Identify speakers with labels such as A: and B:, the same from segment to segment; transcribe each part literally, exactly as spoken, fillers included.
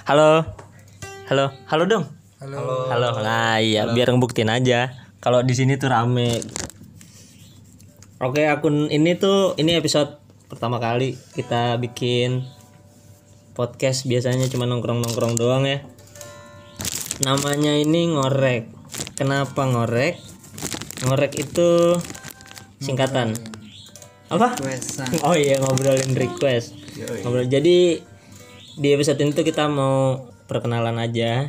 A: Halo. Halo, halo dong.
B: Halo.
A: Halo. Nah, iya, biar ngebuktiin aja kalau di sini tuh rame. Oke, akun ini tuh ini episode pertama kali kita bikin podcast. Biasanya cuma nongkrong-nongkrong doang ya. Namanya ini ngorek. Kenapa ngorek? Ngorek itu singkatan apa?
B: Requestan.
A: Oh iya, ngobrolin request. Ngobrol. Jadi di episode ini tuh kita mau perkenalan aja.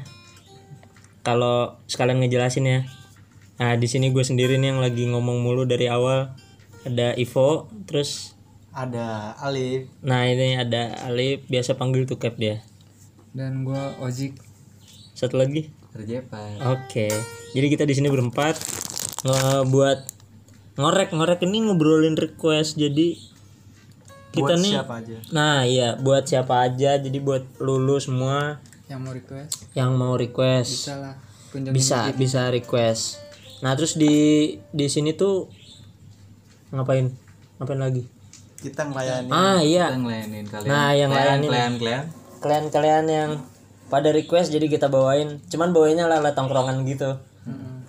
A: Kalau sekalian ngejelasin ya. Nah, di sini gue sendiri nih yang lagi ngomong mulu dari awal. Ada Ivo, terus
B: Ada Alif
A: nah ini ada Alif, biasa panggil tuh Cap dia.
B: dan gua Ojik.
A: Satu lagi.
B: Terjepan.
A: Oke. Jadi kita di sini berempat ngebuat ngorek-ngorek ini ngobrolin request. Jadi kita
B: Buat
A: nih
B: siapa aja
A: nah iya buat siapa aja. Jadi buat lulu semua
B: yang mau request
A: yang mau request
B: bisa lah kunjungi
A: bisa
B: di-
A: bisa request. Nah terus di di sini tuh ngapain ngapain lagi?
B: kita ngelayanin.
A: Ah iya.
C: Kita ngelayanin kalian.
A: Nah yang layanin
C: Kalian kalian.
A: kalian-kalian yang pada request jadi kita bawain. Cuman bawainnya lala tongkrongan gitu.
B: Mm-mm.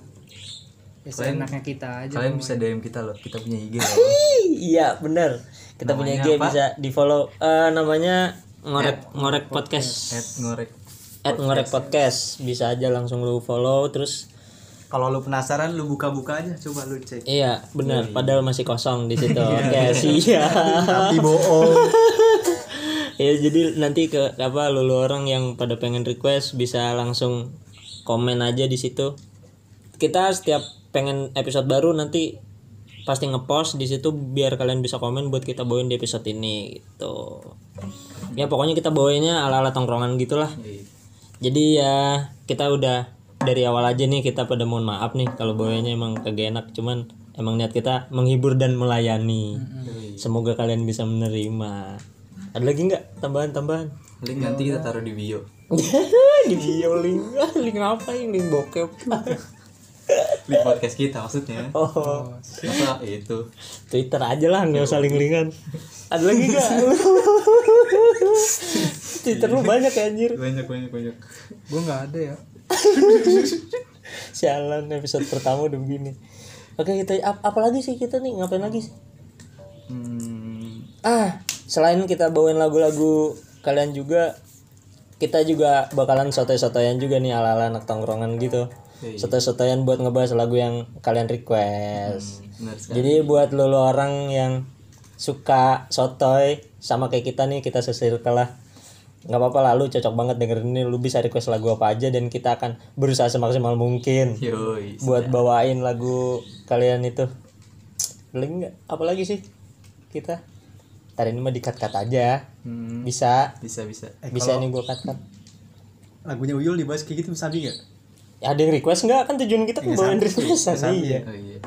B: Ya,
C: Kalian-
B: seenaknya kita aja.
C: Kalian
B: mau.
C: bisa D M kita loh. Kita punya I G loh.
A: Iya bener. Kita punya I G
C: Namanya apa?
A: bisa di follow. Eh namanya ngorek ngorek podcast.
C: At ngorek.
A: At ngorek podcast. Bisa aja langsung lu follow. Terus
B: Kalau lu penasaran lu buka-buka aja, coba lu cek.
A: iya bener. Padahal masih kosong di situ. Oke siap.
B: Tapi bohong.
A: Ya jadi nanti ke apa lulu orang yang pada pengen request bisa langsung komen aja di situ. Kita setiap pengen episode baru nanti pasti ngepost di situ biar kalian bisa komen buat kita bawain di episode ini gitu. Ya pokoknya kita bawainnya ala-ala tongkrongan gitulah. Jadi ya kita udah dari awal aja nih kita pada mohon maaf nih kalau bawainnya emang kagak enak, cuman emang niat kita menghibur dan melayani. Semoga kalian bisa menerima. Ada lagi nggak tambahan-tambahan?
C: Link nanti kita taruh di bio.
A: Di bio link. Link apa ini? Link bokep.
C: Link podcast kita maksudnya.
A: Oh,
C: Masa itu.
A: Twitter aja lah, nggak usah link-linkan. Ada lagi nggak? Twitter lu banyak ya anjir.
C: Banyak banyak banyak.
B: Gua nggak ada ya.
A: Sialan, episode pertama udah begini. Oke kita ap- apa lagi sih kita nih ngapain lagi sih?
C: Hmm.
A: Ah, selain kita bawain lagu-lagu kalian juga, kita juga bakalan sotoy-sotoyan juga nih ala-ala anak tongkrongan gitu.
C: Iya.
A: Sotoy-sotoyan buat ngebahas lagu yang kalian request.
C: Benar sekali.
A: Jadi buat lo orang yang suka sotoy sama kayak kita nih, kita sesirkel lah. Nggak apa-apa lah, lu cocok banget dengerin ini. Lu bisa request lagu apa aja dan kita akan berusaha semaksimal mungkin
C: Yoi.
A: buat bawain lagu kalian itu. Link nggak? Apa lagi sih kita? Tadi ini mah di cut-cut aja.
C: Hmm.
A: Bisa,
C: Bisa bisa.
B: Eh,
A: bisa
B: kalau
A: nih gua cut-cut.
B: lagunya Uyul dibahas kayak gitu Sabi enggak?
A: Ya, ada yang request nggak? Kan tujuan kita
B: Iya,
A: bawain
B: sama sih.
A: requestan.
B: Sama
A: Iya.
C: Oh iya.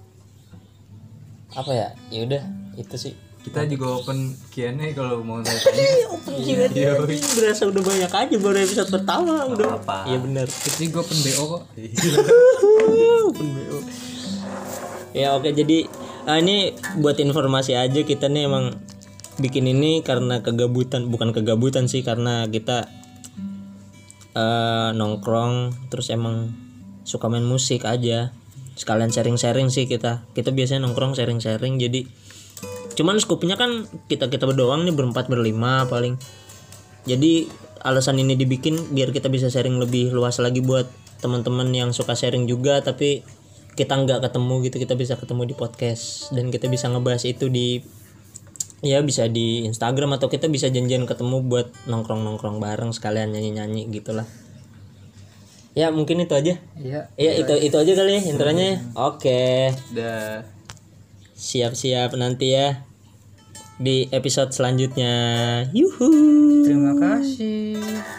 A: Apa ya? Ya udah, itu sih.
C: Kita juga open Q and A kalau mau tanya.
A: Open Q and A. Berasa udah banyak aja baru episode pertama udah.
C: apa-apa.
A: Iya benar.
B: Itu gua pen B O kok.
A: Open B O. Ya oke, jadi ah, ini buat informasi aja, kita nih emang bikin ini karena kegabutan, bukan kegabutan sih, karena kita eh, nongkrong terus emang suka main musik aja. Sekalian sharing-sharing sih kita. Kita biasanya nongkrong sharing-sharing, jadi cuman skupnya kan kita kita berdoang nih, berempat berlima paling. Jadi alasan ini dibikin biar kita bisa sharing lebih luas lagi buat teman-teman yang suka sharing juga tapi kita nggak ketemu gitu. Kita bisa ketemu di podcast dan kita bisa ngebahas itu di ya bisa di Instagram, atau kita bisa janjian ketemu buat nongkrong-nongkrong bareng sekalian nyanyi-nyanyi gitulah. Ya mungkin itu aja.
B: Iya.
A: Ya itu itu aja kali ya intronya ya. Oke.
C: Udah.
A: Siap-siap nanti ya di episode selanjutnya. Yuhu.
B: Terima kasih.